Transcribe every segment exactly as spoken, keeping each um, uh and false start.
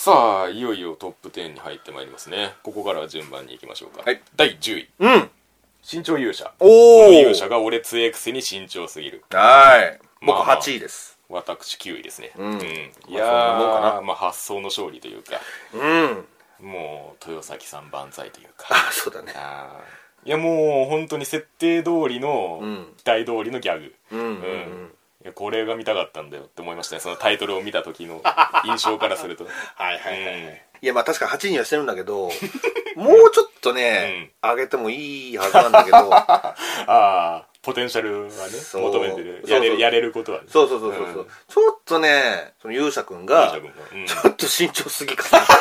さあいよいよトップじゅうに入ってまいりますね。ここからは順番にいきましょうか。 はい、 だいじゅうい、 うん、 身長勇者。 おー、 この勇者が俺強えくせに身長すぎる。 はい、僕まあまあはちいです。 私きゅういですね。 うん、 いまやあそんなもんかー、まあ発想の勝利というか、 うん、 もう豊崎さん万歳というか。 あ、そうだね。 あーいやもう本当に設定通りの、 うん、 期待通りのギャグ。 うんうんうん、 いやこれが見たかったんだよって思いましたね。そのタイトルを見た時の印象からするとはいはいはい、 うん、 いやまあ確かはちいにはしてるんだけどもうちょっとね、うん、上げてもいいはずなんだけどああポテンシャルはね求めてる、やれるやれることはね、 そうそうそうそうそう、うん、ちょっとねその勇者くんが、うん、ちょっと身長すぎかな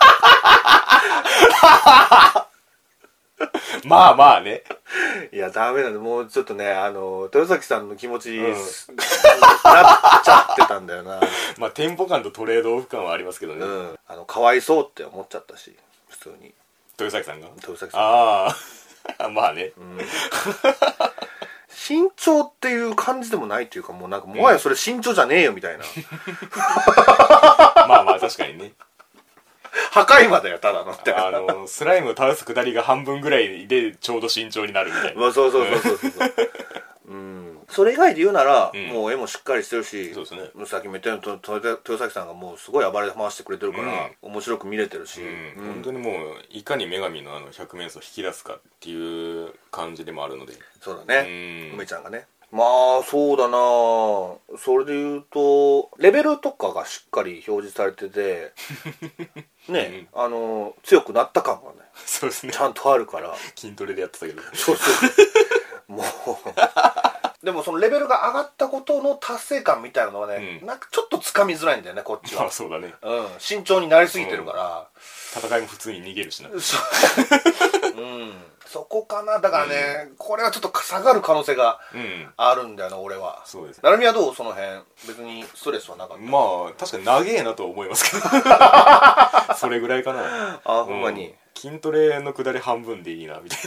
まあまあね。 いやダメなんで、もうちょっとねあの豊崎さんの気持ちに、うん、なっちゃってたんだよなまあテンポ感とトレードオフ感はありますけどね、うん、 あのかわいそうって思っちゃったし、普通に豊崎さんが豊崎さんああまあね、うん、 身長っていう感じでもないというか、もうなんかもはやそれ身長じゃねえよみたいな、うん、 まあまあ確かにね破壊魔だよただのってあのスライムを倒すくだりが半分ぐらいでちょうど慎重になるみたいな、 まあ、そうそうそうそうそううん、それ以外で言うなら、うん、もう絵もしっかりしてるし、そうですね、さっきも言ったように豊崎さんがもうすごい暴れ回してくれてるから、うん、面白く見れてるし、 うんうん、本当にもういかに女神のあの百面相を引き出すかっていう感じでもあるので、 そうだね、梅ちゃんがね、まあそうだな、それで言うとレベルとかがしっかり表示されててね、うん、あの強くなった感がね、 そうですね、 ちゃんとあるから筋トレでやってたけどそうそうもうでもそのレベルが上がったことの達成感みたいなのはね、うん、なんかちょっとつかみづらいんだよねこっちは。 まあそうだね、 うん、慎重になりすぎてるから、 うん、戦いも普通に逃げるしなうんそこかな。だからね、うん、これはちょっと下がる可能性があるんだよな、うん、俺は。そうです、ね、なるみはどう？その辺別にストレスはなかった？ まあ確かに長えなとは思いますけどそれぐらいかなあ、ほんまに、うん、 筋トレの下り半分でいいなみたい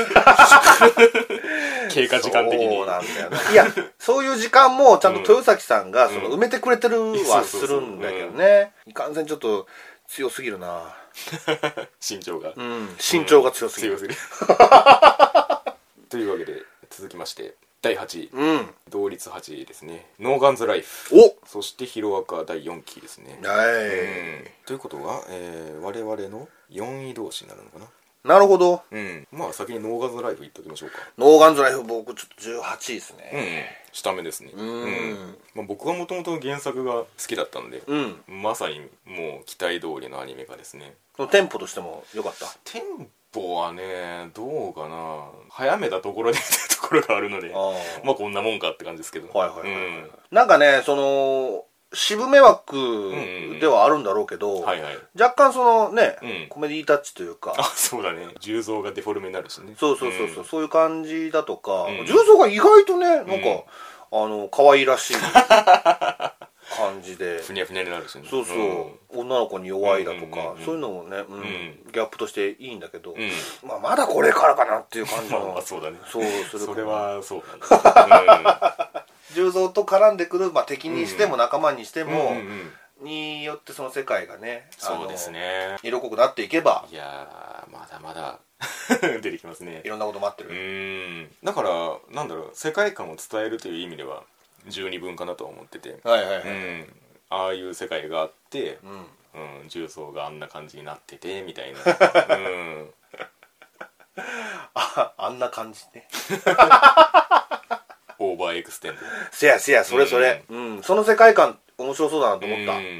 な経過時間的に。 そうなんだよねいやそういう時間もちゃんと豊崎さんがその埋めてくれてるはするんだけどね、いかんせんちょっと強すぎるな身長が、 うん、身長が強すぎる、うん、強すぎるというわけで続きましてだいはちい、 うん、 同率はちいですね、ノーガンズライフ。 おそしてヒロアカだいよんきですね。 はい、うん、 ということは、えー、我々のよんい同士になるのかな。 なるほど、 うん、まあ先にノーガンズライフいっときましょうか。 ノーガンズライフ僕ちょっとじゅうはちいですね。 うん、うん、下目ですね。 うん、うん、 まあ、僕はもともと原作が好きだったんで、 うん、 まさにもう期待通りのアニメ化ですね。 テンポとしても良かった？ テンポはねどうかな、早めたところで見たところがあるので、あまあこんなもんかって感じですけど、 はいはいはい、うん、なんかねその渋め枠ではあるんだろうけど、うんうんはいはい、若干そのね、うん、コメディタッチというか、 あそうだね、重蔵がデフォルメになるしね、 そうそうそうそう、うん、そういう感じだとか、うん、重蔵が意外とねなんか、うん、あの可愛らしい感じでふにゃふにゃになるしね、 そうそう、うん、女の子に弱いだとか、うんうんうんうん、そういうのもね、うんうん、ギャップとしていいんだけど、うん、まあまだこれからかなっていう感じのまあそうだね、 そうするそれはそうだね、うん重蔵と絡んでくる、まあ、敵にしても仲間にしても、うんうんうん、によってその世界がね、 そうですね、 色濃くなっていけば、 いやーまだまだ出てきますね、 いろんなこと待ってる。 うんだからなんだろう、世界観を伝えるという意味では十二分かなとは思ってて、 はいはいはい、うん、 ああいう世界があって、うんうん、重曹があんな感じになっててみたいな、うん、 あ, あんな感じねオーバーエクステンド、 せやせやそれそれ、うんうん、その世界観面白そうだなと思った、うんうん、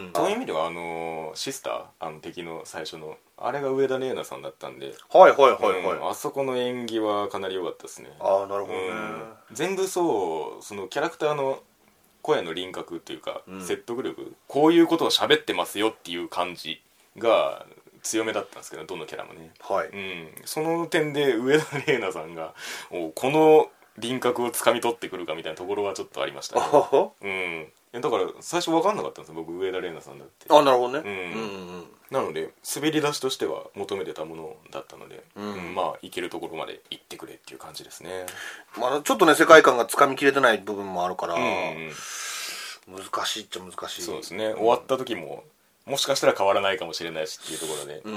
そういう意味ではあのシスター、あの敵の最初のあれが上田玲奈さんだったんで、 はいはいはいはい、 うん、あそこの演技はかなり良かったですね。 ああなるほどね、うん、 全部そうそのキャラクターの声の輪郭っていうか、うん、説得力、こういうことを喋ってますよっていう感じが強めだったんですけど、どのキャラもね、 はい、 うん、その点で上田玲奈さんがこの輪郭をつかみ取ってくるかみたいなところはちょっとありましたね、うん、だから最初分かんなかったんですよ僕、上田玲奈さんだって。 あなるほどね、 うんうんうん、なので滑り出しとしては求めてたものだったので、うんうん、まあいけるところまで行ってくれっていう感じですね。 まあ、ちょっとね世界観がつかみきれてない部分もあるから、うんうん、難しいっちゃ難しい。 そうですね、終わった時ももしかしたら変わらないかもしれないしっていうところで、 うん、 うん、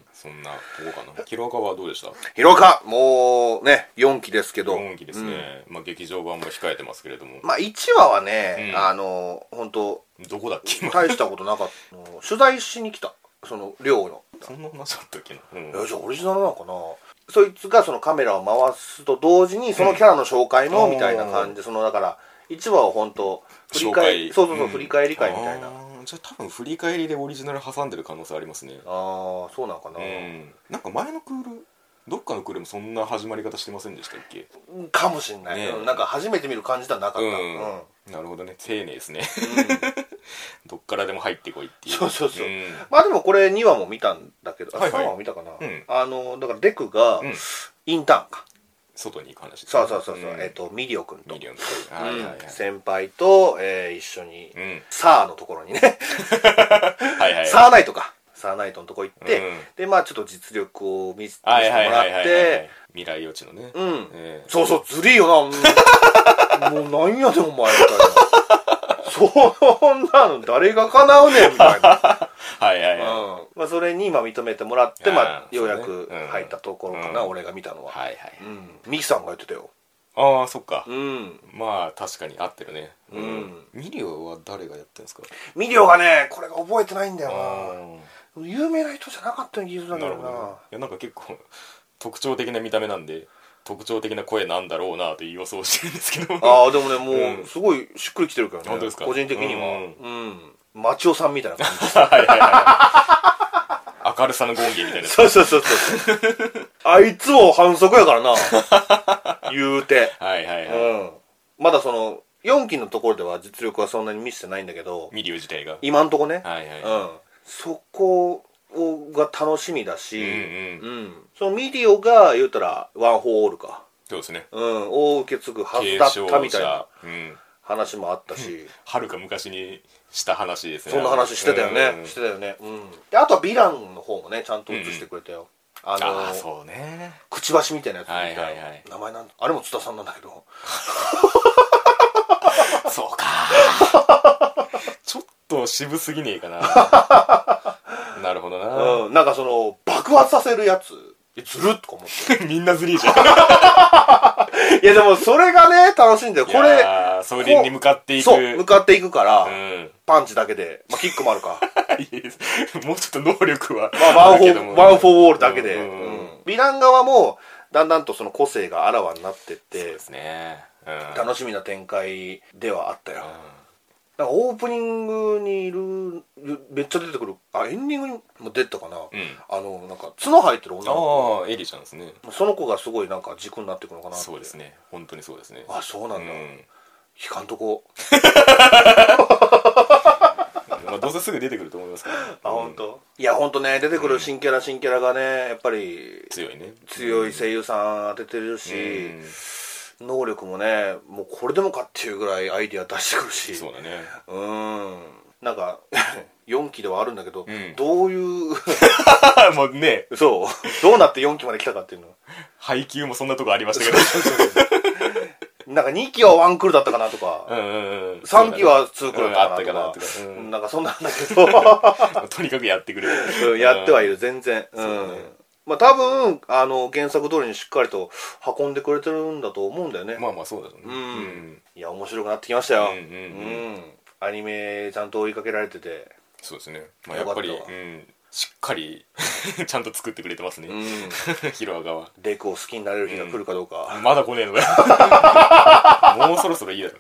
そんなとこかな。ヒロアカはどうでした？ ヒロアカもうねよんきですけど、 よんきですね、うん、まあ劇場版も控えてますけれども、 まあいちわはね、 うん、 あの本当どこだっけ大したことなかった取材しに来たその寮のそんな話だったっけな、うん、 いやじゃあオリジナルなのかな。そいつがそのカメラを回すと同時にそのキャラの紹介もみたいな感じで、そのだからいちわを本当振り返りそうそうそう、うん、振り返り会みたいな。 じゃあ多分振り返りでオリジナル挟んでる可能性ありますね。 ああそうなのかな、うん、 なんか前のクールどっかのクールもそんな始まり方してませんでしたっけ？ かもしんない、ね、なんか初めて見る感じではなかった、うんうん、なるほどね、丁寧ですね、うん、どっからでも入ってこいっていう。 そうそうそう、うん、まあでもこれにわも見たんだけど、はいはい、さんわも見たかな、うん、あのだからデクがインターンか、 外に行く話です、ね、 そうそうそうそう、うん、えっ、ー、とミリオ君とミリオンと、はいはいはい、 先輩と、えー、一緒に、うん、サーのところにねはい、はい、サーナイトかサーナイトのとこ行って、うん、でまあちょっと実力を見せてもらって未来予知のね、 うんえー、そうそうずりーよなもうなんやでお前みたいなそんなの誰が叶うねんみたいなはいはいはい、うんまあ、それに今認めてもらって、まあ、ようやく入ったところかな、うん、俺が見たのは、はいはいうん、ミキさんが言ってたよ。 ああそっか、 うん、 まあ確かに合ってるね、うん、ミリオは誰がやってるんですか？ ミリオがねこれが覚えてないんだよな、有名な人じゃなかったような気がするんだけど な, な, ね、いやなんか結構特徴的な見た目なんで特徴的な声なんだろうなという予想してるんですけどああでもねもうすごいしっくりきてるからね、 本当ですか？ 個人的にはうん、うん、マチオさんみたいな感じですはいはいはい明るさの権限みたいなそうそうそうそうあいつも反則やからな言うてはいはいはい、うん、 まだそのよんきのところでは実力はそんなに見せてないんだけどミリオ自体が今んとこね、 はいはい、 うん、そこが楽しみだし、うんうんうん、そのミリオが言うたらワン・フォー・オールかそうですね、 うん、を受け継ぐはずだったみたいな話もあったしはるか昔にした話ですね。 そんな話してたよね、うん、してたよね、うん、であとはヴィランの方もねちゃんと映してくれたよ、 うん、あのー、あそうねくちばしみたいなやつみたいな、 はいはいはい、 名前なんあれも津田さんなんだけどそうかちょっと渋すぎねえかななるほどな、 うん、なんかその爆発させるやつずるっとか思ってみんなずりーじゃんいやでもそれがね楽しいんだよこれそれに向かっていくそう向かっていくから、うん、パンチだけで、まあ、キックもあるかもうちょっと能力はまあワンフォーワンフォーウォールだけで、うんうんうん、ヴィラン側もだんだんとその個性があらわになってって、 そうですね、うん、 楽しみな展開ではあったよ、うん、なんかオープニングにいるめっちゃ出てくるあエンディングにも出たかな、うん、あのなんか角生えてる女の子ああエリちゃんですねその子がすごいなんか軸になってくるのかなってそうですね本当にそうですねあそうなんだ、うん、引かんとこまあどうせすぐ出てくると思いますから、ね、 あ本当、うん、いや本当ね出てくる新キャラ、うん、新キャラがねやっぱり強いね強い声優さん当ててるし、うん、能力もねもうこれでもかっていうぐらいアイディア出してくるしそうだねうんなんかよんきではあるんだけど、うん、どういうもうねそうどうなってよんきまで来たかっていうの配給もそんなとこありましたけどなんかにきはワンクールだったかなとか、 うんうんうん、 さんきはツークールだったかなとか、うん、なんかそんなんだけどとにかくやってくれる、 うん、やってはいる全然、うん、ね、まあ多分あの原作通りにしっかりと運んでくれてるんだと思うんだよね。 まあまあそうだよね、 うんうん、いや面白くなってきましたよ、うんうんうんうん、アニメちゃんと追いかけられててそうですね、まあ、やっぱり、うん、しっかりちゃんと作ってくれてますね、うん、ヒロアカはデクを好きになれる日が来るかどうか、 うん、まだ来ねえのかもうそろそろいいだろ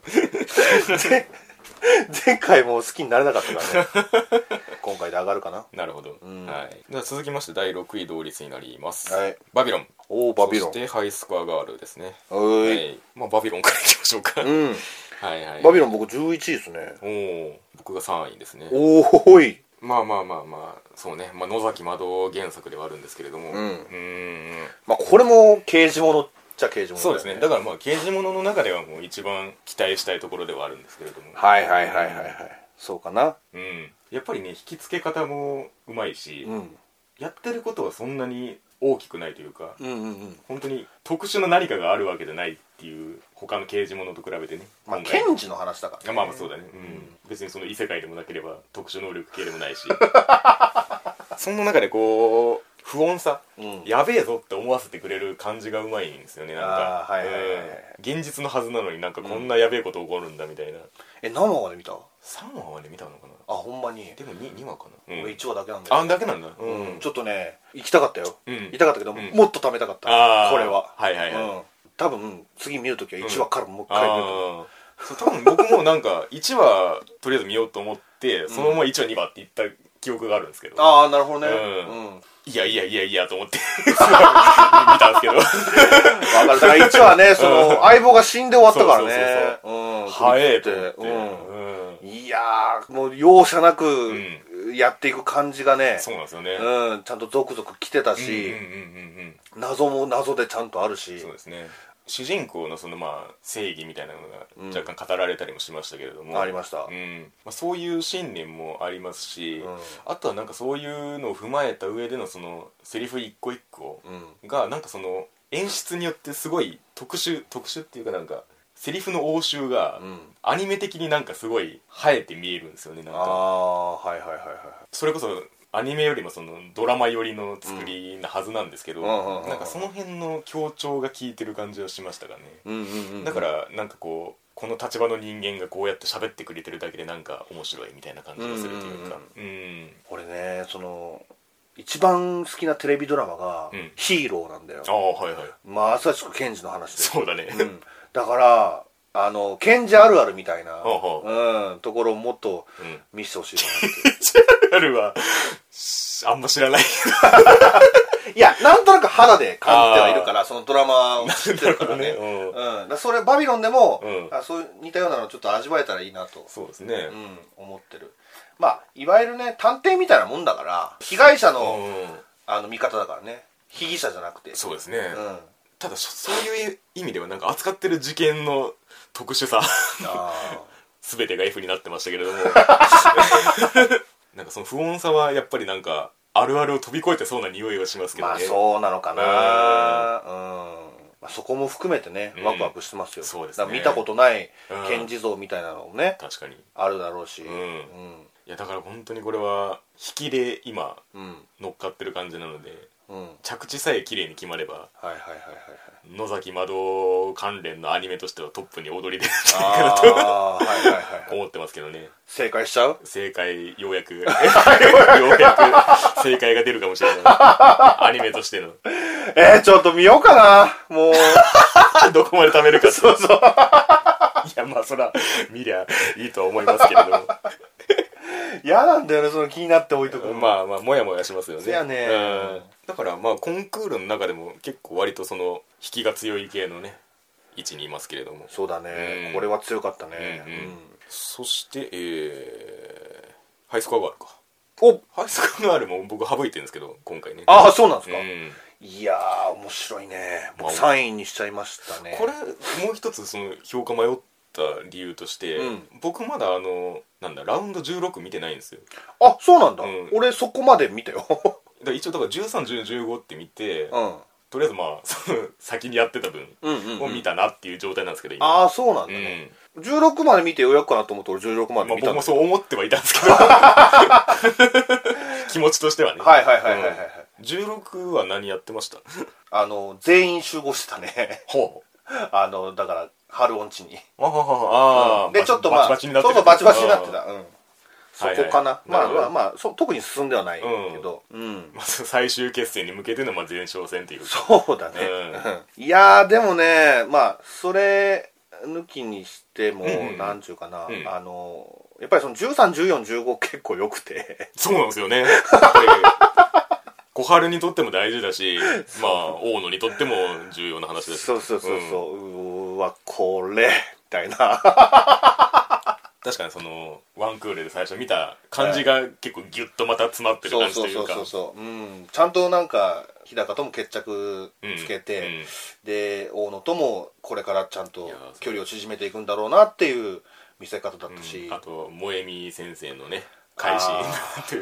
前回もう好きになれなかったからね今回で上がるかな。 なるほど、うん、はい、では続きましてだいろくい同率になります、 はい、 バビロン。 おバビロン。 そしてハイスコアガールですね。 はい、 はい、まあ、バビロンからいきましょうか、うん、はいはい、 バビロン僕じゅういちいですね。 おお僕がさんいですね。 おおいまあまあまあまあそうね、まあ、野崎窓原作ではあるんですけれども、うん、うーんまあこれも刑事物っちゃ刑事物だよね。 そうですね、だからまあ刑事物の中ではもう一番期待したいところではあるんですけれども、 はいはいはいはいはい、そうかな。 うんやっぱりね引き付け方もうまいし、うん、やってることはそんなに大きくないというか、 うんうんうん、 本当に特殊な何かがあるわけじゃないっていう他の刑事物と比べてね、 まあ検事の話だからね。 まあまあそうだね、うんうん、別にその異世界でもなければ特殊能力系でもないしその中でこう不穏さ、うん、やべえぞって思わせてくれる感じがうまいんですよね。なんか、はいはいはいはい、うん、現実のはずなのになんかこんなやべえこと起こるんだみたいな、うん、 え何話まで見た？ さんわまで見たのかな。 あ、ほんまに。 でも 2, にわかな、うん、 俺いちわだけなんだよ。 あ、だけなんだ、うん、 うん、ちょっとね行きたかったよ、うん、行きたかったけど、うん、もっと貯めたかった、これは。 はいはいはい、うん、 多分次見るときはいちわからもう一回見ると思う、 そう多分僕もなんかいちわとりあえず見ようと思ってそのままいちわにわって言った記憶があるんですけど、うん、 ああなるほどね、 うんうん、いやいやいやいやと思って見たんですけど分かる。だからいちわねその相棒が死んで終わったからね、 早えと思って、 うん、いやーもう容赦なくやっていく感じがね、 そうなんですよね、 うん、ちゃんとゾクゾク来てたし、謎も謎でちゃんとあるし、 そうですね。主人公のそのまあ正義みたいなのが若干語られたりもしましたけれども、 うん、ありました、 うんまあ、そういう信念もありますし、うん、あとはなんかそういうのを踏まえた上でのそのセリフ一個一個がなんかその演出によってすごい特殊特殊っていうかなんかセリフの応酬がアニメ的になんかすごい生えて見えるんですよね。なんかあはいはいはいはい、 それこそアニメよりもそのドラマ寄りの作りなはずなんですけど、なんかその辺の強調が効いてる感じはしましたかね、うんうんうんうん、だからなんかこうこの立場の人間がこうやって喋ってくれてるだけでなんか面白いみたいな感じがするというか、うんうんうん、 俺ねその一番好きなテレビドラマがヒーローなんだよ、 うん、ああはいはい、 まさしく検事の話で。 そうだね、 うん、だからあの検事あるあるみたいな、うん、ところをもっと見せてほしいなって。 検事あるあるはあんま知らないいやなんとなく肌で感じてはいるからそのドラマを知ってるからね、うんうん、だそれバビロンでも、うん、あそういう似たようなのをちょっと味わえたらいいなと。 そうですね、 うん、思ってる。まあいわゆるね探偵みたいなもんだから被害者の、うん、あの味方だからね、被疑者じゃなくて。 そうですね、うん、ただそういう意味ではなんか扱ってる事件の特殊さ全てが F になってましたけれどもなんかその不穏さはやっぱりなんかあるあるを飛び越えてそうな匂いはしますけどね。 まあそうなのかな、うん、まあ、そこも含めてね、うん、ワクワクしてますよ。 そうですね、 だから見たことない検事像みたいなのもね、 うん、確かにあるだろうし、うんうん、 いやだから本当にこれは引きで今、うん、乗っかってる感じなので、うん、着地さえ綺麗に決まれば、はいはいはいはい、野崎窓関連のアニメとしてはトップに躍り出るんじゃないかなとはいはい、はい、思ってますけどね。 正解しちゃう？ 正解ようやくようやく正解が出るかもしれないアニメとしての。 えー、ちょっと見ようかなもうどこまで貯めるか。 そうそういやまあそら見りゃいいとは思いますけれども嫌なんだよねその気になって置いとく。 まあまあもやもやしますよね。 そやね、うん、 だからまあコンクールの中でも結構割とその引きが強い系のね位置にいますけれども。 そうだね、うん、これは強かったね、うんうん、 そしてえー、ハイスコアガールか。 おハイスコアガールも僕省いてるんですけど今回ね。 ああそうなんですか、うん、いやー面白いね。僕さんいにしちゃいましたね。 これもう一つその評価迷った理由として、うん、僕まだあのなんだラウンドじゅうろく見てないんですよ。 あそうなんだ、うん、俺そこまで見たよだ一応だからじゅうさん、じゅう、じゅうごって見て、うん、とりあえずまあその先にやってた分を見たなっていう状態なんですけど今。 ああそうなんだね、うん、じゅうろくまで見てようやくかなと思って俺じゅうろくまで見たんだけど、 まあ、僕もそう思ってはいたんですけど気持ちとしてはね。 はいはいはいはいはい、 うん、じゅうろくは何やってました？ あの全員集合してたねほうあのだから春音地にあははあ、うん、 でちょっとまあバチバチになってそうそうバチバチになってた、うん、そこかな、 はいはい、 まあまあまあそ特に進んではないけど、うんうんまあ、最終決戦に向けてのまあ前哨戦っていうか。 そうだね、うん、いやーでもねまあそれ抜きにしても、うんうん、なんちゅうかな、うん、あのやっぱりそのじゅうさん、じゅうよん、じゅうご結構良くてそうなんですよね小春にとっても大事だしまあ大野にとっても重要な話だし。 そうそうそうそう、うん、うわこれみたいな確かにそのワンクールで最初見た感じが結構ギュッとまた詰まってる感じというか、 そうそうそうそう、うん、ちゃんとなんか日高とも決着つけて、うんうん、で大野ともこれからちゃんと距離を縮めていくんだろうなっていう見せ方だったし、 うん、あと萌実先生のね改心というか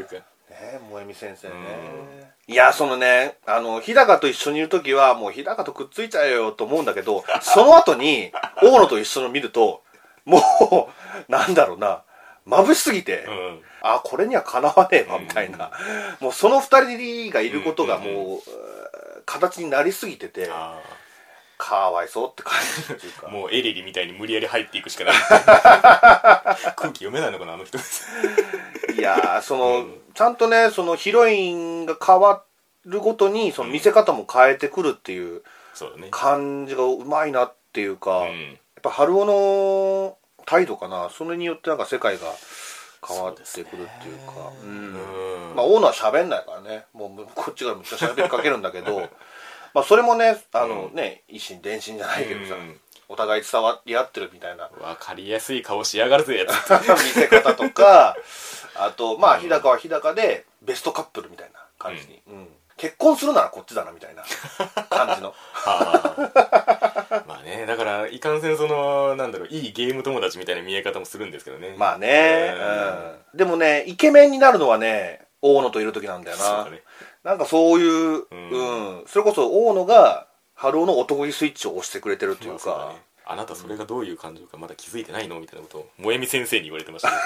ね、萌実先生ね、うん、いやそのねあの日高と一緒にいる時はもう日高とくっついちゃえよと思うんだけどその後に大野と一緒の見るともうなんだろうな眩しすぎて、うん、あこれにはかなわねえわみたいな、うん、もうその二人がいることがもう、うんうんうん、形になりすぎててかわいそうって感じっていうかもうエリリみたいに無理やり入っていくしかない空気読めないのかなあの人いやその、うん、ちゃんとねそのヒロインが変わるごとにその見せ方も変えてくるっていう感じがうまいなっていうか、うん、やっぱ春尾の態度かなそれによってなんか世界が変わってくるっていうかう、ね、うんまあ大野は喋んないからねもうこっちがむっちゃ喋りかけるんだけどまあそれもねあのね、うん、一心伝心じゃないけどさ、うん、お互い伝わり合ってるみたいな分かりやすい顔しやがるぜやつ見せ方とかあとまあ日高は日高でベストカップルみたいな感じに、うんうん、結婚するならこっちだなみたいな感じのはあまあねだからいかんせんそのなんだろういいゲーム友達みたいな見え方もするんですけどねまあね、うん、でもねイケメンになるのはね大野といる時なんだよなそうだねなんかそういう、うんうん、それこそ大野が春尾の男気スイッチを押してくれてるというか、まああなたそれがどういう感情かまだ気づいてないのみたいなことを萌実先生に言われてましたね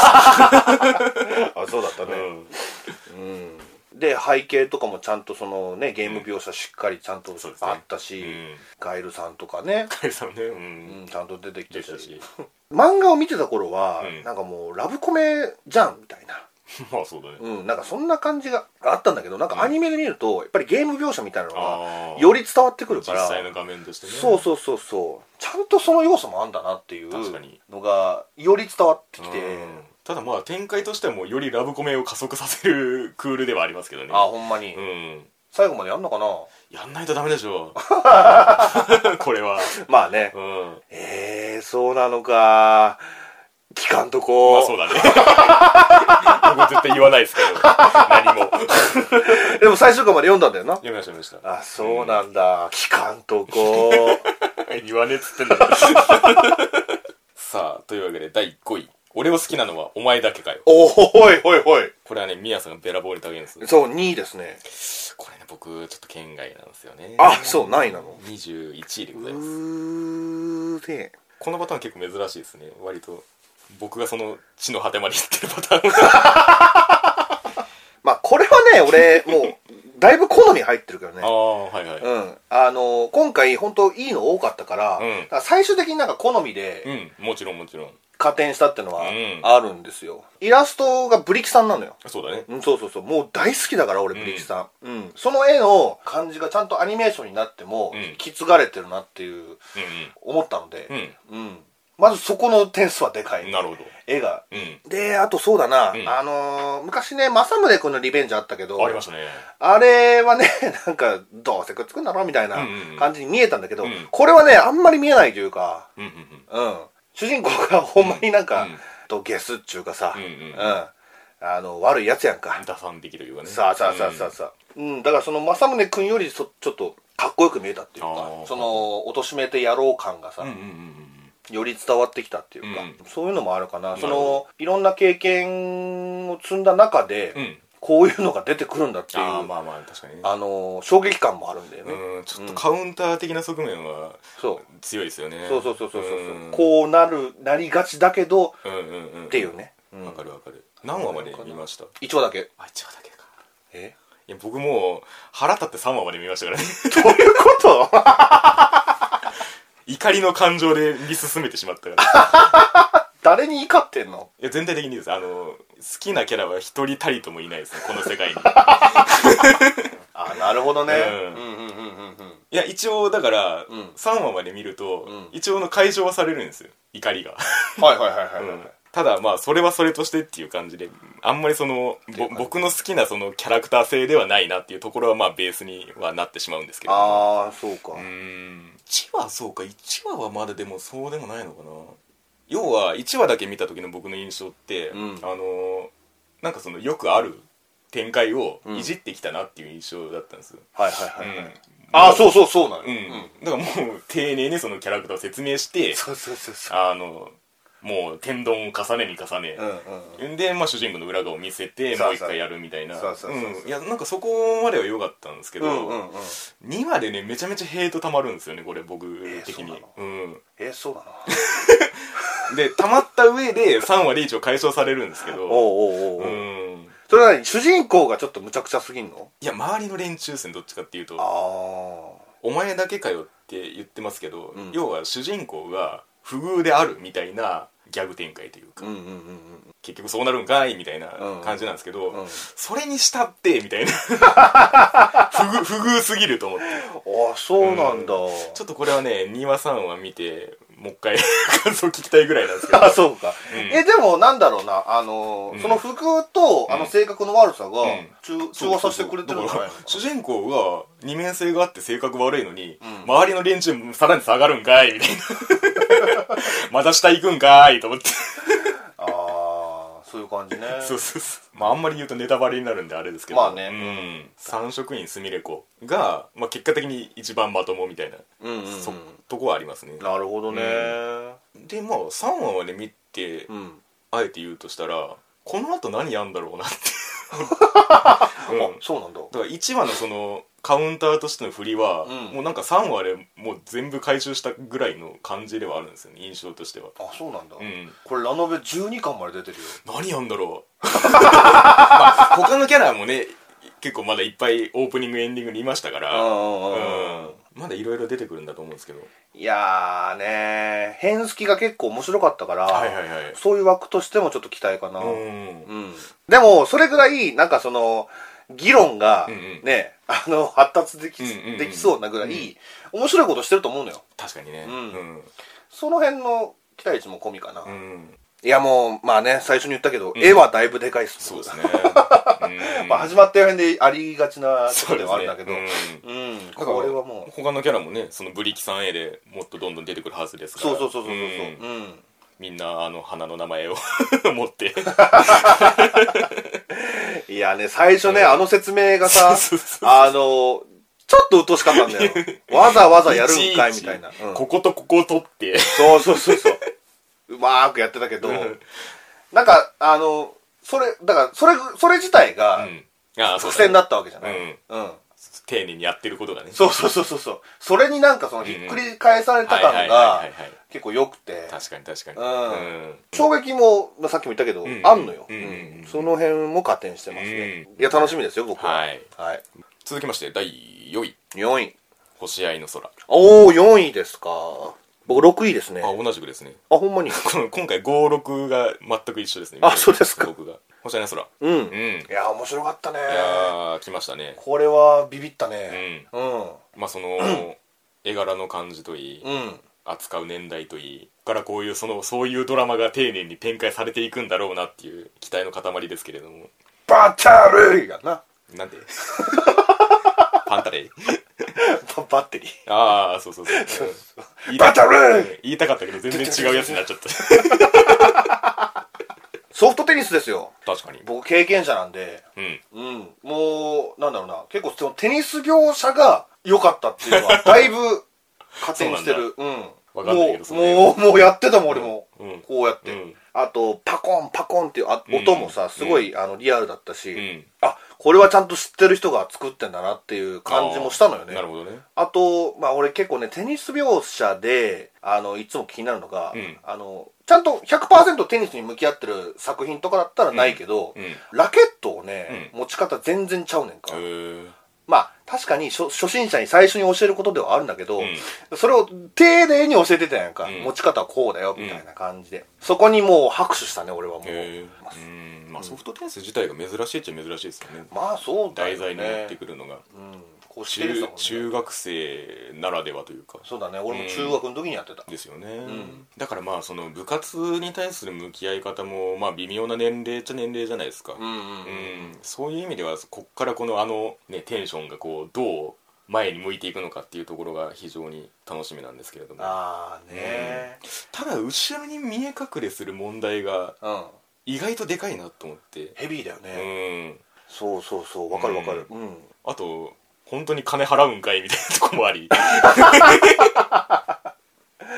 あそうだったね、うんうん、で背景とかもちゃんとそのねゲーム描写しっかりちゃんとあったし、うんねうん、ガイルさんとかねガイルさんね、うんうん、ちゃんと出てきてたし漫画を見てた頃は、うん、なんかもうラブコメじゃんみたいなまあそうだね、 うん、なんかそんな感じがあったんだけどなんかアニメで見るとやっぱりゲーム描写みたいなのがより伝わってくるから実際の画面としてねそうそうそうそうちゃんとその要素もあんだなっていうのがより伝わってきてただまあ展開としてはもうよりラブコメを加速させるクールではありますけどねあほんまに、うん、最後までやんのかなやんないとダメでしょこれはまあね、うん、えーそうなのか聞かんとこまあそうだね僕絶対言わないですけど何もでも最終巻まで読んだんだよな読みました読みましたあそうなんだ、うん、聞かんとこ言わねえっつってんださあというわけでだいごい俺を好きなのはお前だけかよおーいおいおいこれはねミヤさんがべらぼうに高いんですそうにいですねこれね僕ちょっと県外なんですよねあそう何位なのにじゅういちいでございますうーでこのパターン結構珍しいですね割と僕がその地の果てまで行ってるパターンまあこれはね俺もうだいぶ好み入ってるけどねああはいはい、 うん、あの今回本当いいの多かったから、うん、だから最終的になんか好みで、 うん、もちろんもちろん加点したってのはあるんですよ、うん、イラストがブリキさんなのよそうだね、 うん、そうそうそうもう大好きだから俺ブリキさん、うんうん、その絵の感じがちゃんとアニメーションになっても、うん、引き継がれてるなっていう、うんうん、思ったので、うんうんまずそこの点数はでかい、ね、 なるほど絵が、うん、であとそうだな、うん、あのー、昔ね政宗君のリベンジあったけどありましたねあれはねなんかどうせくっつくんだろみたいな感じに見えたんだけど、うんうんうん、これはねあんまり見えないというか、うんうんうんうん、主人公がほんまになんか、うんうん、とゲスっちゅうかさ、うんうんうん、あの悪いやつやんか打算的というかねさあさあさあさあさあ、うん、だからその政宗君よりそちょっとかっこよく見えたっていうかその貶めてやろう感がさ、うんうんうんより伝わってきたっていうか、うん、そういうのもあるかなそのいろんな経験を積んだ中で、うん、こういうのが出てくるんだっていうあまあまあ確かにねあの衝撃感もあるんだよねうんちょっとカウンター的な側面は強いですよねそうそうそうそうそうそうこうなるなりがちだけど、うんうんうん、っていうねわ、うん、かるわかる何話まで見ましたいちわだけあいちわだけかえいや僕もう腹立ってさんわまで見ましたからねどういうこと怒りの感情で見進めてしまったから誰に怒ってんのいや全体的にですあの好きなキャラは一人たりともいないですねこの世界にあなるほどね、 いや一応だから、うん、さんわまで見ると、うん、一応の解消はされるんですよ怒りがはいはいはいはい、はいうん、 ただまあそれはそれとしてっていう感じであんまりその僕の好きなそのキャラクター性ではないなっていうところはまあベースにはなってしまうんですけどああそうかうーんいちわそうかいちわはまだでもそうでもないのかな要はいちわだけ見た時の僕の印象って、うん、あのなんかそのよくある展開をいじってきたなっていう印象だったんです、うん、 はいはいはい、はいうん、ああそうそうそうなの、うんうん、だからもう丁寧にそのキャラクターを説明してそうそうそうそうあのもう天丼を重ねに重ね、うんうん、で、まあ、主人公の裏側を見せてもう一回やるみたいな、いやなんかそこまでは良かったんですけど、うんうんうん、にわでねめちゃめちゃヘイトたまるんですよねこれ僕的に。 えー、そうだなでたまった上でさんわで一応解消されるんですけど、おうおうおう、うん、 それは何主人公がちょっとむちゃくちゃすぎんの？ いや周りの連中ですねどっちかっていうと。あお前だけかよって言ってますけど、うん、要は主人公が不遇であるみたいなギャグ展開というか、うんうんうんうん、結局そうなるんかいみたいな感じなんですけど、うんうん、それにしたってみたいな不遇不遇すぎると思って。 ああそうなんだ、うん、 ちょっとこれはねにわさんわ見てもう一回感想聞きたいぐらいなんですけど。 あそうか、うん、えでもなんだろうなあの、うん、その不遇と、うん、あの性格の悪さが、うん、中和させてくれてるんじゃないのかな。 主人公が二面性があって性格悪いのに、うん、周りの連中もさらに下がるんかいみたいなまた下行くんかいと思ってああそういう感じね。 そうそうそう、まああんまり言うとネタバレになるんであれですけど、 まあね、 うん、三職員すみれ子が、まあ、結果的に一番まともみたいな、うんうんうん、そとこはありますね。 なるほどね、 うん、でまあさんわまで見て、うん、あえて言うとしたらこの後何やんだろうなってうん、あそうなんだ。 だからいちわのそのカウンターとしての振りは、うん、もうなんかさんわでもう全部回収したぐらいの感じではあるんですよね印象としては。 あそうなんだ、うん、これラノベじゅうにかんまで出てるよ。 何やんだろうまあ他のキャラもね結構まだいっぱいオープニングエンディングにいましたから、うん、まだいろいろ出てくるんだと思うんですけど、 いやーね変好きが結構面白かったから、 はいはいはい、 そういう枠としてもちょっと期待かな。うん、うん、でもそれぐらいなんかその議論がね、うんうん、あの発達でき、うんうんうん、できそうなぐらい、うん、面白いことしてると思うのよ。 確かにね、うんうん、その辺の期待値も込みかな、うん、いやもうまあね最初に言ったけど、うん、絵はだいぶでかいっす。 そうですねまあ始まった辺でありがちなことではあるんだけど、ね、うん、うん、 だから俺はもう他のキャラもねそのブリキさん絵でもっとどんどん出てくるはずですから。 そうそうそうそうそう、うんうんみんなあの花の名前を持っていやね最初ね、うん、あの説明がさあのちょっと鬱陶しかったんだよわざわざやるんかいみたいな、 うん、こことここを取ってそうそうそうそううまーくやってたけどなんかあのそれだからそれそれ自体が伏線だったわけじゃない、うんうん、 丁寧にやってることがね。 そうそうそうそうそうそれになんかそのひっくり返された感が結構良くて、 確かに確かに、 うんうん、衝撃も、まあ、さっきも言ったけど、うん、あんのよ、うんうん、その辺も加点してますね、うん、いや楽しみですよ僕は、 はいはい、続きましてだいよんいよんい星合いの空。 おおよんいですか。僕ろくいですね。 あ同じくですね。 あほんまに今回ごろくが全く一緒ですね。 あそうですか。 僕が星合いの空、 うん、うん、いや面白かったね。 いや来ましたね。 これはビビったね。うん、 うん、まあその、うん、絵柄の感じといい、うん、扱う年代といいからこういうそのそういうドラマが丁寧に展開されていくんだろうなっていう期待の塊ですけれども。 バタルーやな。 なんでパンタレイバッテリー。 ああそうそうそう、 うん、バタルー言いたかったけど全然違うやつになっちゃったソフトテニスですよ。 確かに僕経験者なんで、うん、うん、もうなんだろうな結構そのテニス描写が良かったっていうのはだいぶ加点してる。うん、 分かんないけどもうもうやってたもん俺も、うん、こうやって、うん、あとパコンパコンっていうあ音もさすごい、うん、あのリアルだったし、うん、あこれはちゃんと知ってる人が作ってんだなっていう感じもしたのよね。 なるほどね。 あとまあ俺結構ねテニス描写であのいつも気になるのが、うん、あのちゃんと ひゃくパーセント テニスに向き合ってる作品とかだったらないけど、うんうん、ラケットをね、持ち方全然ちゃうねんか。まあ確かに初心者に最初に教えることではあるんだけど、うん、それを丁寧に教えてたやんか、うん、持ち方はこうだよみたいな感じで、うん、そこにもう拍手したね俺はもう。うんまあ、ソフトテニス自体が珍しいっちゃ珍しいですよね。 まあそうだよね。 題材に持ってくるのが、うん、こうしてる、ね、中, 中学生ならではというか。 そうだね俺も中学の時にやってた、 うん、ですよね、うん、だからまあその部活に対する向き合い方もまあ微妙な年齢っちゃ年齢じゃないですか、うんうんうんうん、そういう意味ではこっからこのあの、ね、テンションがこうどう前に向いていくのかっていうところが非常に楽しみなんですけれども。 ああね、 うん、ただ後ろに見え隠れする問題が、うん意外とでかいなと思って。 ヘビーだよね、 うん、 そうそうそう分かる分かる、うんうん、 あと本当に金払うんかいみたいなとこもあり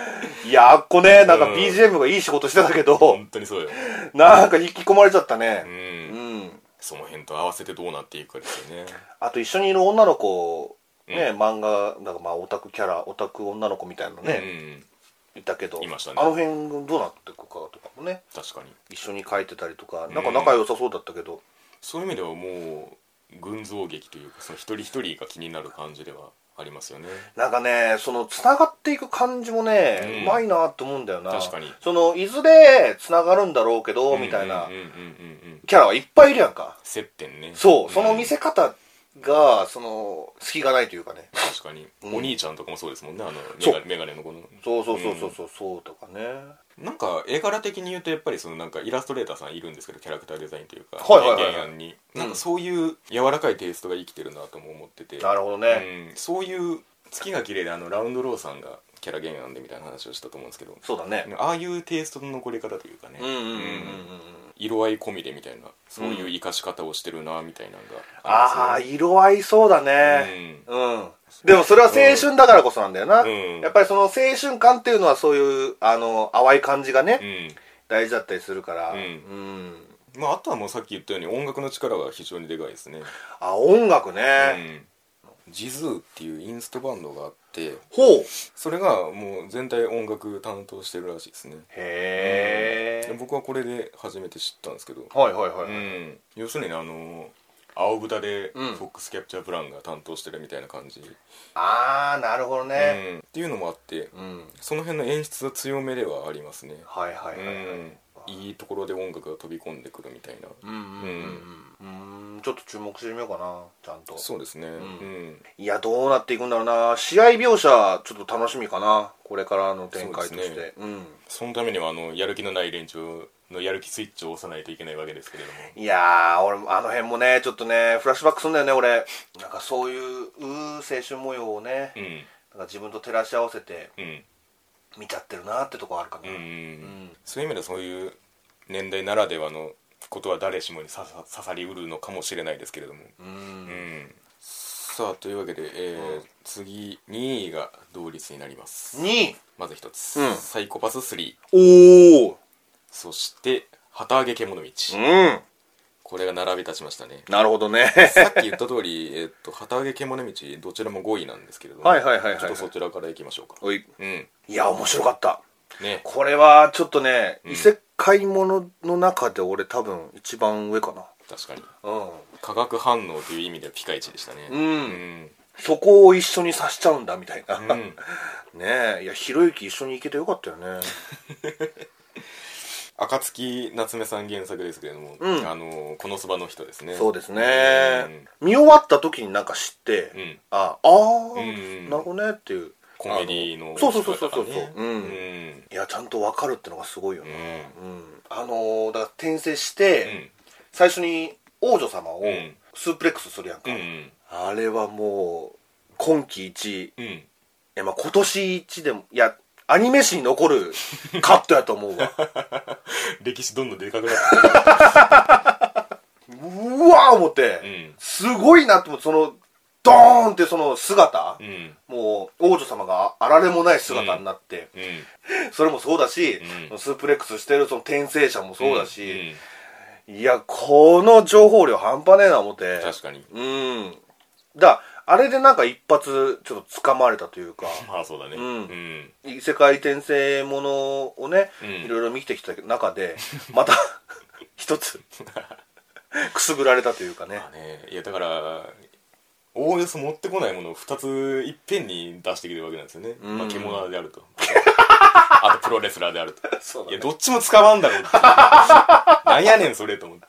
いやあっこねなんか ビージーエム がいい仕事してたけど、 本当にそうよ。 なんか引き込まれちゃったね。 うん、 うん、 その辺と合わせてどうなっていくかですよね。 あと一緒にいる女の子ね、うん、漫画だからまあオタクキャラオタク女の子みたいなね、うんうんいたけど、いましたね、あの辺どうなっていくかとかもね、 確かに一緒に書いてたりとか、なんか仲良さそうだったけど、うん、 そういう意味ではもう群像劇というかその一人一人が気になる感じではありますよね。 なんかねそのつながっていく感じもね、うん、うまいなって思うんだよな。 確かにそのいずれつながるんだろうけど、うん、みたいなキャラはいっぱいいるやんか。 接点ね。 そう、その見せ方がその隙がないというかね。 確かに、うん、お兄ちゃんとかもそうですもんね、あのメガネの子の。 そうそうそうそうそうそうとかね。 なんか絵柄的に言うとやっぱりそのなんかイラストレーターさんいるんですけど、キャラクターデザインというか、 はいはいはいはい、 原案になんかそういう柔らかいテイストが生きてるなとも思ってて、 なるほどね、 うん、そういう月が綺麗であのラウンドローさんがキャラ原案でみたいな話をしたと思うんですけど、 そうだね、 ああいうテイストの残り方というかね、色合い込みでみたいなそういう生かし方をしてるなみたいなのが、ね、 うん、ああ色合いそうだね、うん、うん、でもそれは青春だからこそなんだよな、うん、やっぱりその青春感っていうのはそういうあの淡い感じがね、うん、大事だったりするから、うん、うんまあ、あとはもうさっき言ったように音楽の力が非常にでかいですね。 あ音楽ね、 うん、ジズーっていうインストバンドがあって、 ほうそれがもう全体音楽担当してるらしいですね。 へえ、 うん、僕はこれで初めて知ったんですけど、 はいはいはい、はい、うん、 要するにあの青豚でフォックスキャプチャープランが担当してるみたいな感じ、うん、 ああなるほどね、 うん、っていうのもあって、うん、その辺の演出は強めではありますね。 はいはいはい、はい、 うんいいところで音楽が飛び込んでくるみたいな。 うんうんうんうん、ちょっと注目してみようかな、ちゃんと。 そうですね、うん、うん、 いやどうなっていくんだろうな。試合描写ちょっと楽しみかな、これからの展開として。 そ,、ねうん、 そのためにはあのやる気のない連中のやる気スイッチを押さないといけないわけですけれども、 いやー俺あの辺もねちょっとねフラッシュバックするんだよね俺。なんかそういう青春模様をね、うん、なんか自分と照らし合わせて、うん見ちゃってるなってとこあるかな、うんうん、 そういう意味ではそういう年代ならではのことは誰しもに刺さ、刺さりうるのかもしれないですけれども、うん、うん、さあというわけで、えーうん、次にいが同率になります。 にいまずひとつ、うん、サイコパススリー、おお、 そして旗揚げ獣道、 うん、これが並び立ちましたね。 なるほどね。 さっき言った通り、えっと旗揚げ獣道どちらもごいなんですけれども、 はいはいはいはいはい、 ちょっとそちらからいきましょうか。 おい、うん、いや面白かったね。 これはちょっとね、うん、異世界ものの中で俺多分一番上かな。 確かに、 うん、 化学反応という意味ではピカイチでしたね。 うん、うん、そこを一緒にさしちゃうんだみたいな、うん、ねえ、いやひろゆき一緒に行けてよかったよね。 暁夏目さん原作ですけれども、うん、あのこのそばの人ですね。 そうですね、うん、見終わった時になんか知って、うん、ああ、うん、なるほどねっていうコメディの、 ね、そうそうそうそうそう、うんうん、いやちゃんと分かるってのがすごいよな、うんうん、あのー、だから転生して、うん、最初に王女様をスープレックスするやんか、うんうん、あれはもう今季一、うん、いやまあ今年一でもいやアニメ史に残るカットやと思うわ。 歴史どんどんでかくなってうわー思って、うん、すごいなって思って、そのドーンってその姿、うん、もう王女様があられもない姿になって、うんうん、それもそうだし、うん、スープレックスしてるその転生者もそうだし、うんうん、いやこの情報量半端ねえな思って。 確かに、 うん、だあれでなんか一発ちょっと掴まれたというか、 まあそうだね、うんうん、異世界転生ものをね、うん、いろいろ見てきた中でまた一つくすぐられたというかね。 まあね、いやだからおおよそ持ってこないものをふたついっぺんに出してきてるわけなんですよね、うん、まあ、獣であるとあとプロレスラーであるとそうだ、ね、いやどっちも使わんだろうってなんやねんそれと思って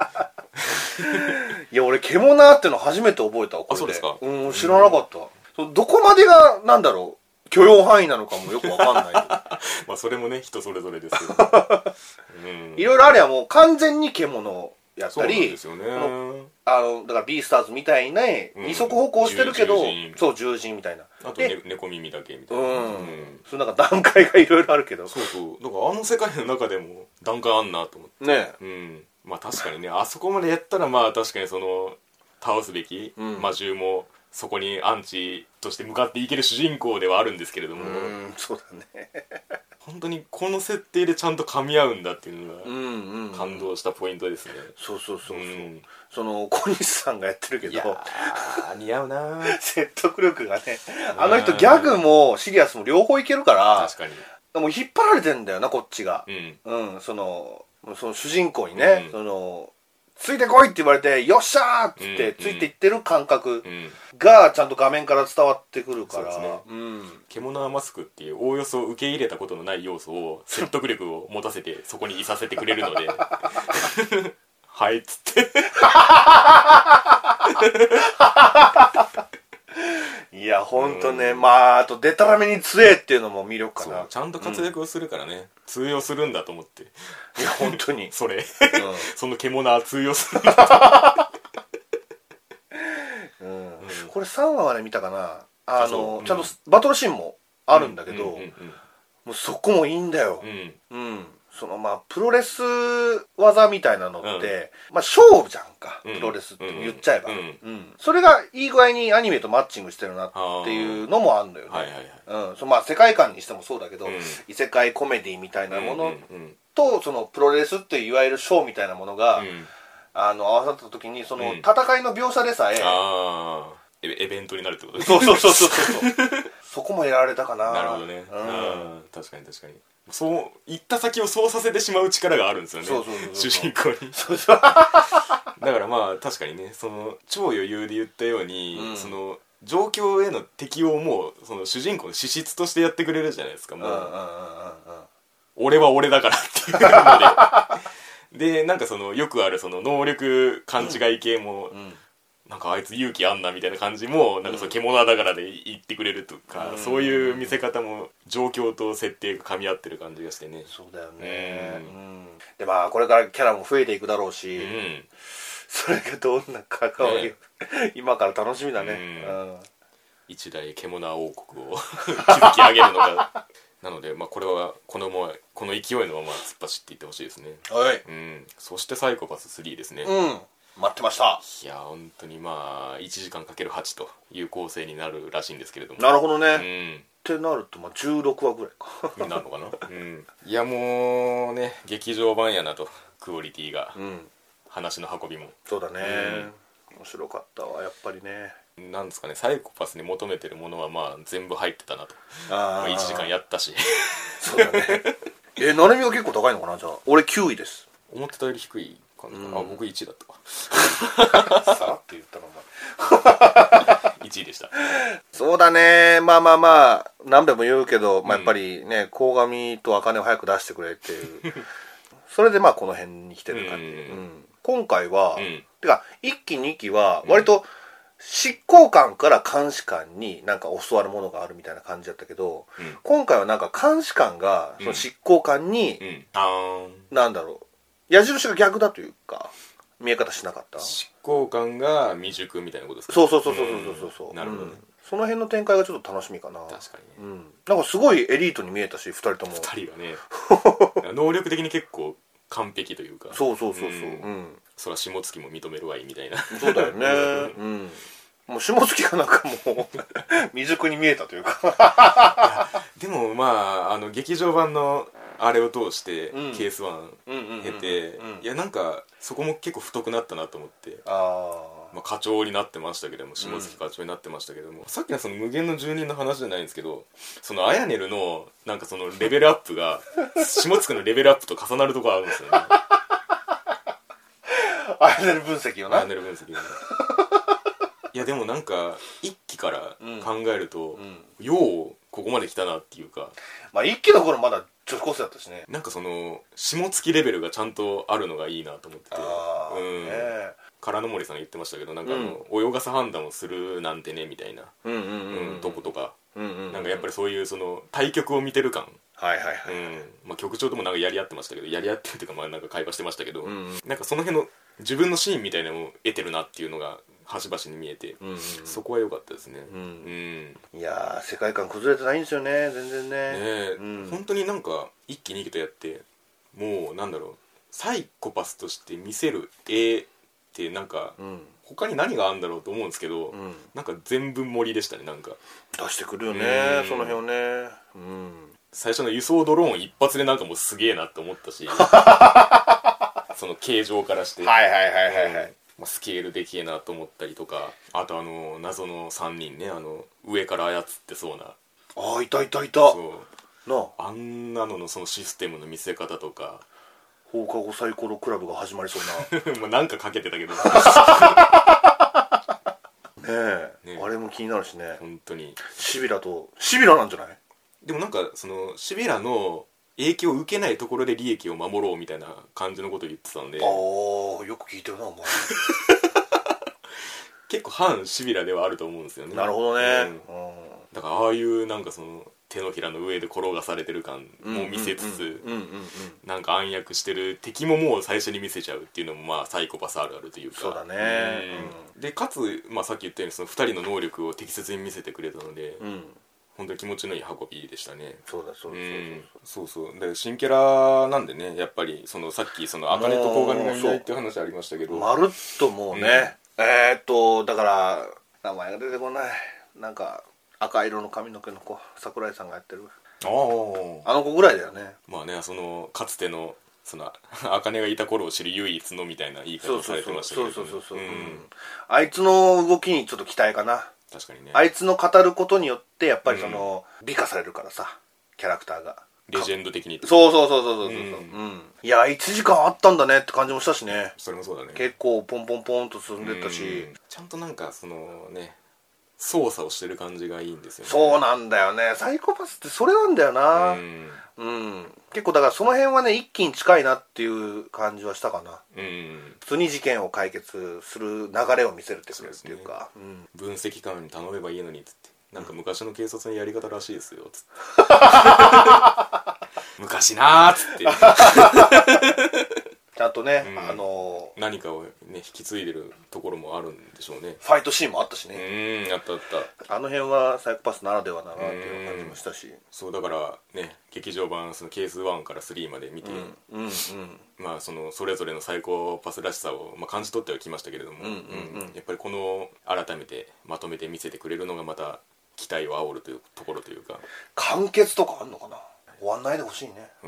いや俺獣っての初めて覚えたわこれで。 あ、そうですか。 うん、知らなかった、うん、どこまでがなんだろう許容範囲なのかもよくわかんないまあそれもね人それぞれですけど、 うん、いろいろあればもう完全に獣やったり、 そうなんですよね、 あのだからビースターズみたいな二足歩行してるけど、うん、そう獣人みたいな、 あと、ね、猫耳だけみたいな、うんうん、 そのなんか段階がいろいろあるけど、 そうそうだからあの世界の中でも段階あんなと思ってね、 うん、まあ確かにねあそこまでやったらまあ確かにその倒すべき、うん、魔獣もそこにアンチとして向かっていける主人公ではあるんですけれども、 うんそうだね本当にこの設定でちゃんと噛み合うんだっていうのが感動したポイントですね、うんうんうん、 そうそうそうそう、うん、その小西さんがやってるけど、いや似合うな説得力がね、あの人ギャグもシリアスも両方いけるから、 確かにもう引っ張られてんだよなこっちが、うん、うん、そのその主人公にね、うん、そのついてこいって言われてよっしゃーっつってついていってる感覚がちゃんと画面から伝わってくるから、ね、 うん、獣はマスクっていうおおよそ受け入れたことのない要素を説得力を持たせてそこにいさせてくれるのではいっつっていやほんとね、まああとデタラメに強えっていうのも魅力かな。 ちゃんと活躍をするからね、うん、通用するんだと思って、 いや本当にそれ、うん、その獣は通用するんだと、うんうん、これさんわまで見たかな、あの、うん、ちゃんとバトルシーンもあるんだけど、うんうんうんうん、もうそこもいいんだよ、うん、うん、そのまあプロレス技みたいなのって、うん、まあ勝負じゃんか、うん、プロレスって言っちゃえば、うんうん、それがいい具合にアニメとマッチングしてるなっていうのもあるんだよね、はいはいはい、うん、そのまあ世界観にしてもそうだけど、うん、異世界コメディみたいなものとそのプロレスっていういわゆるショーみたいなものが、うん、あの合わさった時にその戦いの描写でさえ、 あエベントになるってことですね。そうそうそうそうそうそこもやられたかな。 なるほどね、うん、確かに確かにそう行った先をそうさせてしまう力があるんですよね、そうそうそうそう主人公にそうそうだからまあ確かにね、その超余裕で言ったように、うん、その状況への適応もその主人公の資質としてやってくれるじゃないですか、もう、うんうんうんうん、俺は俺だからっていうのででなんかそのよくあるその能力勘違い系も、うんうん、なんかあいつ勇気あんなみたいな感じもなんかその獣だからで言ってくれるとか、うん、そういう見せ方も状況と設定が噛み合ってる感じがしてね。 そうだよね、うん、でまあこれからキャラも増えていくだろうし、うん、それがどんな関わりを、ね、今から楽しみだね、うんうん、 一大獣王国を築き上げるのかなので、まあ、これはこのままこの勢いのまま突っ走っていってほしいですね。 はい、 うん、そしてサイコパススリーですね。 うん、待ってました。 いや本当にまあいちじかんかけるはちという構成になるらしいんですけれども。 なるほどね、うん、ってなるとまあじゅうろくわぐらいかなるのかな、うん、いやもうね劇場版やなと、クオリティが、うん、話の運びもそうだね、うん、面白かったわやっぱりね。 なんですかね、サイコパスに求めてるものはまあ全部入ってたなと。あ、まあ、いちじかんやったしそうだねえ、なるみは結構高いのかな。じゃあ俺きゅういです。 思ってたより低いかな、うん、あ僕いちいだったわさらって言ったのお前いちいでした。そうだね、まあまあまあ何べも言うけど、うん、まあ、やっぱりね鴻上と茜を早く出してくれっていうそれでまあこの辺に来てる感じ、うんうん、今回は、うん、てかいっきにきは割と、うん、執行官から監視官になんか教わるものがあるみたいな感じだったけど、うん、今回はなんか監視官がその執行官に、うんうん、あなんだろう矢印が逆だというか見え方しなかった。 執行官が未熟みたいなことですか。 そうそうそうそうそうそうそう、うん、なるほどね、うん、その辺の展開がちょっと楽しみかな。 確かにね、うん、なんかすごいエリートに見えたしふたりともふたりがね能力的に結構完璧というか。 そうそうそうそう、うん、 うん、そら下月も認めるわいみたいな。 そうだよねうんもう下月がなんかもう未熟に見えたというかでもまああの劇場版のあれを通して、うん、ケースワン経ていやなんかそこも結構太くなったなと思って、あ、まあ、課長になってましたけども下月課長になってましたけども、うん、さっきのその無限の住人の話じゃないんですけどそのアヤネルのなんかそのレベルアップが下月のレベルアップと重なるところあるんですよねアヤネル分析よな。 アヤネル分析よな。いやでもなんか一期から考えると、うん、ようここまで来たなっていうか、 まあ一期の頃まだ女子高生だったしね。 なんかその下月レベルがちゃんとあるのがいいなと思ってて、あ、うん、ね、唐野森さんが言ってましたけどなんかあの、うん、泳がす判断をするなんてねみたいなとことか、うんうんうん、なんかやっぱりそういうその対局を見てる感、はいはいはい、うん、まあ、局長ともなんかやり合ってましたけどやり合ってるっていうかまあなんか会話してましたけど、うんうん、なんかその辺の自分のシーンみたいなのを得てるなっていうのが端々に見えて、うんうん、そこは良かったですね、うんうん、いやー世界観崩れてないんですよね全然ね。ねえ、うん、本当になんか一期二期とやってもうなんだろうサイコパスとして見せる絵ってなんか、うん、他に何があるんだろうと思うんですけど、うん、なんか全部盛りでしたね。なんか出してくるよね、うん、その辺をね、うん、 最初の輸送ドローン一発でなんかもうすげえなって思ったしその形状からしてはいはいはいはいはい、 うんまあ、スケールでけえなと思ったりとか、あとあの謎のさんにんね、あの上から操ってそうな、 ああいたいたいた、 そうなあんなののそのシステムの見せ方とか、 放課後サイコロクラブが始まりそうなまあなんかかけてたけどねえ、 ねあれも気になるしね。 本当にシビラとシビラなんじゃない？ でもなんかそのシビラの影響を受けないところで利益を守ろうみたいな感じのことを言ってたんで、 ああよく聞いてるなお前結構反シビラではあると思うんですよね。 なるほどね、 うんうん、 だからああいうなんかその手のひらの上で転がされてる感も見せつつなんか暗躍してる敵ももう最初に見せちゃうっていうのもまあサイコパスあるあるというか、 そうだね、 うん、でかつ、まあ、さっき言ったようにそのふたりの能力を適切に見せてくれたので、 うん、 本当に気持ちのいい運びでしたね。 そうだそうだそうそうそうで新キャラなんでね、やっぱりそのさっきその茜と鴻上がいないっていう話ありましたけど、 まるっともうね、うん、えー、っとだから名前が出てこない、なんか赤色の髪の毛の子、桜井さんがやってるああの子ぐらいだよね。 まあね、そのかつてのその茜がいた頃を知る唯一のみたいな言い方をされてましたけど、 そうそうそうそう、うん、あいつの動きにちょっと期待かな。 確かにね、 あいつの語ることによってやっぱりその、うん、美化されるからさ、キャラクターがレジェンド的に。 そうそうそうそうそうそう、うんうん、いやいちじかんあったんだねって感じもしたしね。 それもそうだね、 結構ポンポンポンと進んでったし、 うん、ちゃんとなんかそのね操作をしてる感じがいいんですよね。 そうなんだよね、サイコパスってそれなんだよな、うん、うん、結構だからその辺はね一気に近いなっていう感じはしたかな、うん、普通に事件を解決する流れを見せるってくれるっていうか、 う、ね、うん、分析官に頼めばいいのにっつってなんか昔の警察のやり方らしいですよつって昔なーっつってちゃんとね、 うん、 あのー、何かをね引き継いでるところもあるんでしょうね。 ファイトシーンもあったしね、 うん、あったあった。 あの辺はサイコパスならではだなっていう感じもしたし、 そうだからね劇場版そのケースワンからスリーまで見て、 うんうんうん、 まあそのそれぞれのサイコパスらしさを、まあ、感じ取ってはきましたけれども、うんうんうん、やっぱりこの改めてまとめて見せてくれるのがまた期待を煽るというところというか、 完結とかあんのかな、終わんないでほしいね。うん、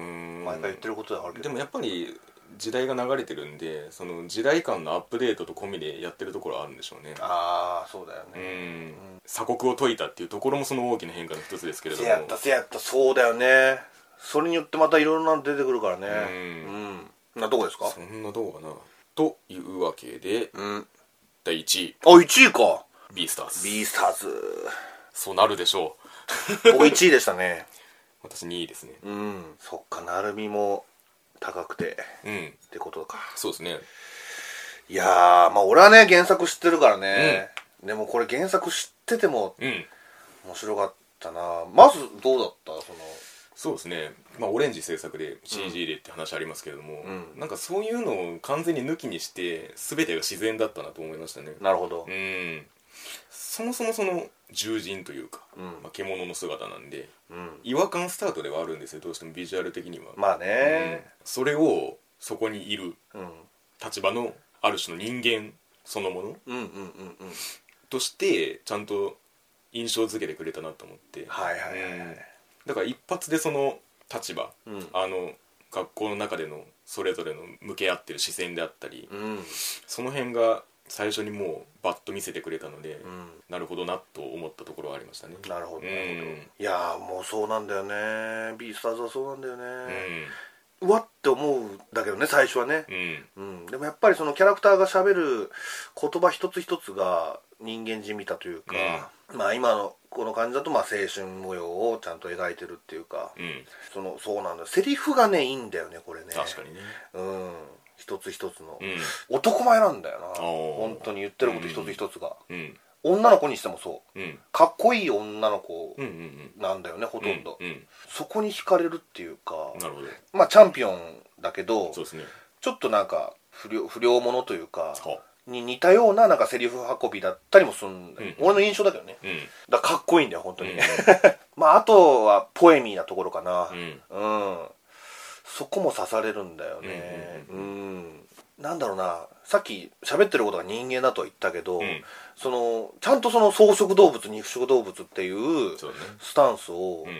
毎回言ってることではあるけど、 でもやっぱり時代が流れてるんでその時代感のアップデートと込みでやってるところはあるんでしょうね。 ああそうだよね、うん、 うん、鎖国を解いたっていうところもその大きな変化の一つですけれども、 せやったせやった、そうだよね、それによってまたいろいろなの出てくるからね。うん、うん、などこですか、 そんなどうかなというわけで、うん、だいいちい、 あいちいか、 ビースターズ。 ビースターズそうなるでしょう僕いちいでしたね私にいですね。 うん、そっか、なるみも高くて、うん、ってことか。 そうですね。 いやー、まあ俺はね原作知ってるからね、うん、でもこれ原作知ってても、うん、面白かったな。まずどうだった、そのそうですね、まあ、オレンジ制作で シージー でって話ありますけれども、うん、なんかそういうのを完全に抜きにして全てが自然だったなと思いましたね。 なるほど。 うん、そもそもその獣人というか、うん、まあ、獣の姿なんで、うん、違和感スタートではあるんですよ、どうしてもビジュアル的には。 まあね、 うん、それをそこにいる立場のある種の人間そのものとしてちゃんと印象づけてくれたなと思って、はいはいはい、うん、だから一発でその立場、うん、あの学校の中でのそれぞれの向け合ってる視線であったり、うん、その辺が最初にもうバッと見せてくれたので、うん、なるほどなと思ったところはありましたね。 なるほど、うん、いやもうそうなんだよね、ビースターズはそうなんだよね、うん、うわって思うんだけどね最初はね、うんうん、でもやっぱりそのキャラクターがしゃべる言葉一つ一つが人間じみたというか、うん、まあ今のこの感じだとまあ青春模様をちゃんと描いてるっていうか、うん、そのそうなんだよ、セリフがねいいんだよねこれね。 確かにね、 うん、一つ一つの、うん、男前なんだよな本当に、言ってること一つ一つが、うん、女の子にしてもそう、うん、かっこいい女の子なんだよね、ほとんど、うんうん、そこに惹かれるっていうか。なるほど。まあチャンピオンだけど、そうですね、ちょっとなんか不良、不良者というかに似たようななんかセリフ運びだったりもするんだよ、うん、俺の印象だけどね、うん、だからかっこいいんだよ本当に、うん、まああとはポエミーなところかな、うん、うん、そこも刺されるんだよね、うん、うんうん、なんだろうな、さっき喋ってることが人間だとは言ったけど、うん、そのちゃんとその草食動物肉食動物っていうスタンスを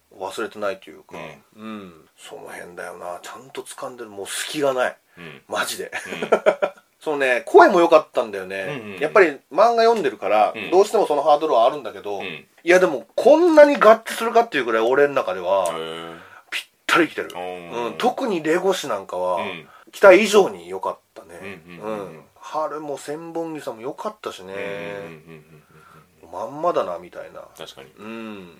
忘れてないというか、うん、うん、その辺だよな。ちゃんと掴んでる、もう隙がない、うん、マジで、うん、そのね声も良かったんだよね、うんうんうん、やっぱり漫画読んでるから、うん、どうしてもそのハードルはあるんだけど、うん、いやでもこんなに合致するかっていうぐらい俺の中ではぴったりきてる、うん、特にレゴシなんかは、うん、期待以上に良かったね、うんうんうんうん、春も千本木さんも良かったしね、うんうんうんうん、まんまだなみたいな。 確かに、 うん、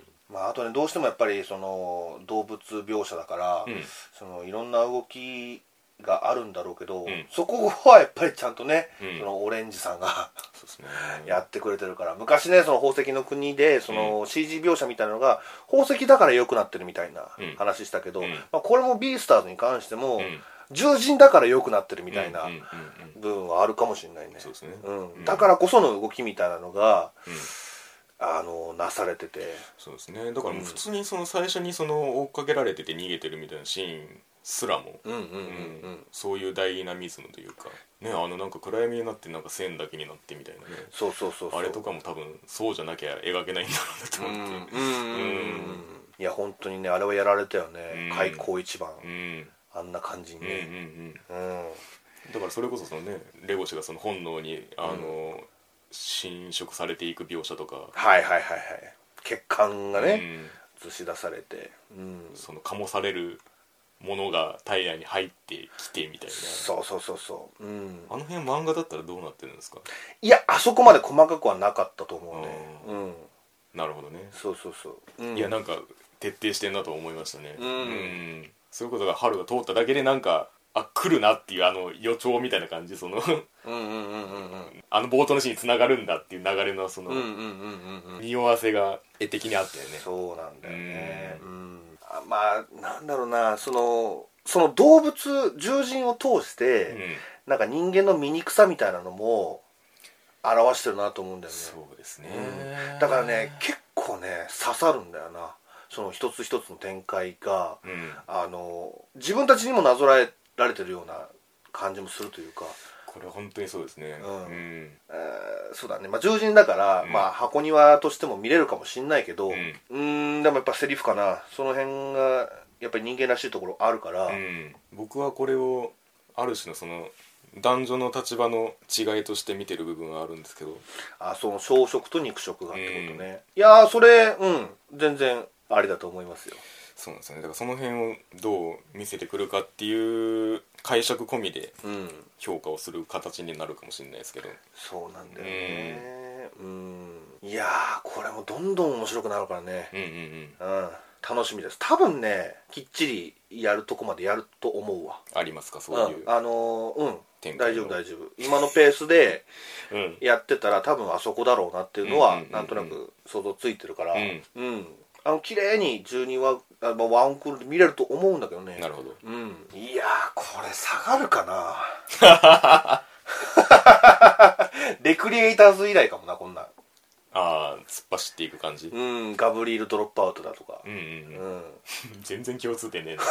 まあ、あとねどうしてもやっぱりその動物描写だから、うん、そのいろんな動きがあるんだろうけど、うん、そこはやっぱりちゃんとね、うん、そのオレンジさんがそうですねやってくれてるから。昔ねその宝石の国でその シージー 描写みたいなのが宝石だから良くなってるみたいな話したけど、うん、まあ、これもビースターズに関しても、うん、獣人だから良くなってるみたいな部分はあるかもしれないね。そうですね、うん、だからこその動きみたいなのが、うん、あのなされてて。 そうですね。だからもう普通にその最初にその追っかけられてて逃げてるみたいなシーンすらもそういうダイナミズムというかね、あのなんか暗闇になってなんか線だけになってみたいなね、 そうそうそうそう、 あれとかも多分そうじゃなきゃ描けないんだろうなと思って、うんうんうん、 いや本当にねあれはやられたよね、開口一番、うん、あんな感じにね、うんうんうん、 だからそれこそそのねレゴシがその本能にあの、うん、侵食されていく描写とか、 はいはいはいはい、血管がね、うん、映し出されて、うん、 その醸されるものが体内に入ってきてみたいな。 そうそうそうそう、うん、 あの辺漫画だったらどうなってるんですか？ いやあそこまで細かくはなかったと思うね、うん、 なるほどね。 そうそうそう、うん、 いやなんか徹底してんなと思いましたね、うん、うん、そういうことが春が通っただけでなんかあ来るなっていうあの予兆みたいな感じ、そのうんうんうんうん、うん、あの冒頭のシーンに繋がるんだっていう流れのその匂わせが絵的にあったよね。 そうなんだよね、うん、うん、あまあなんだろうな、そのその動物獣人を通して、うん、なんか人間の醜さみたいなのも表してるなと思うんだよね。 そうですね、 うん、だからね結構ね刺さるんだよな、その一つ一つの展開が、うん、あの自分たちにもなぞらえられてるような感じもするというか。 これは本当にそうですね、うんうん、 えー、そうだね、まあ、獣人だから、うん、まあ、箱庭としても見れるかもしんないけど、うん、うーんでもやっぱセリフかな、その辺がやっぱり人間らしいところあるから、うん、 僕はこれをある種のその男女の立場の違いとして見てる部分はあるんですけど、 あその小食と肉食がってことね、うん、いやーそれうん全然ありだと思いますよ。 そうなんですよね。だからその辺をどう見せてくるかっていう解釈込みで評価をする形になるかもしれないですけど、うん、 そうなんだよね、うん、うん、いやーこれもどんどん面白くなるからね、うんうんうん、うん、楽しみです。多分ねきっちりやるとこまでやると思うわ。 ありますかそういう、 うん、あのー、うん大丈夫大丈夫、今のペースでやってたら多分あそこだろうなっていうのはなんとなく想像ついてるから、うん、うん、あの綺麗にじゅうにわあ、まあ、ワンクールで見れると思うんだけどね。 なるほど、 うん、いやーこれ下がるかなレクリエイターズ以来かもなこんな。 ああ突っ走っていく感じ、 うん、ガブリールドロップアウトだとか、うんうんうん、うん、 全然共通点ねえな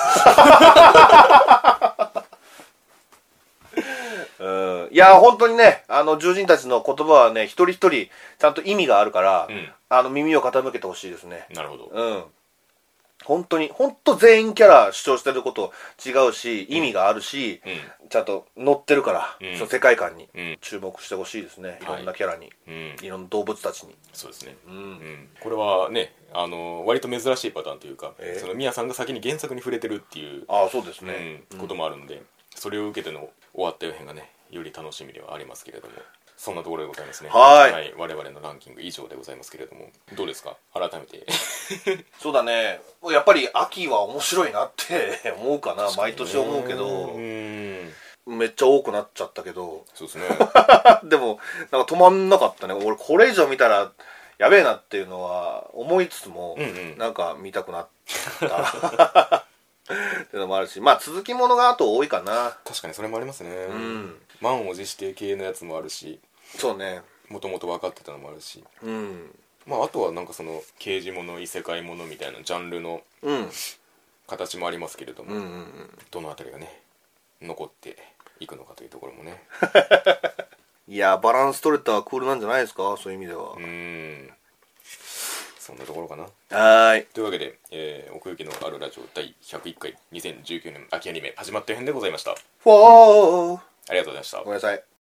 うん、いや本当にねあの獣人たちの言葉はね一人一人ちゃんと意味があるから、うん、あの耳を傾けてほしいですね。 なるほど、 うん、本当に本当全員キャラ主張してること違うし意味があるし、うん、ちゃんと乗ってるから、うん、その世界観に注目してほしいですね、うん、いろんなキャラに、はい、いろんな動物たちに。 そうですね、うんうん、これはねあの割と珍しいパターンというか、えー、その宮さんが先に原作に触れてるっていうあそうですね、 うん、こともあるので、それを受けての終わった予編がねより楽しみではありますけれども、そんなところでございますね。 はい、はい、 我々のランキング以上でございますけれども、どうですか改めてそうだねやっぱり秋は面白いなって思うかな、毎年思うけど、うんめっちゃ多くなっちゃったけど、 そうですねでもなんか止まんなかったね。俺これ以上見たらやべえなっていうのは思いつつも、うんうん、なんか見たくなったっていうのもあるし、まあ続きものがあと多いかな。 確かにそれもありますね、うん、満を持して系のやつもあるし、 そうねもともと分かってたのもあるし、 うん、 まああとはなんかその刑事もの異世界ものみたいなジャンルの形もありますけれども、うんうんうん、どのあたりがね残っていくのかというところもねいやバランス取れたクールなんじゃないですか、そういう意味では。うんそんなところかな。 はーい。 というわけで、えー、奥行きのあるラジオだいひゃくいっかいにせんじゅうきゅうねん秋アニメ始まった編でございました。 フォーありがとうございました。 ごめんなさい。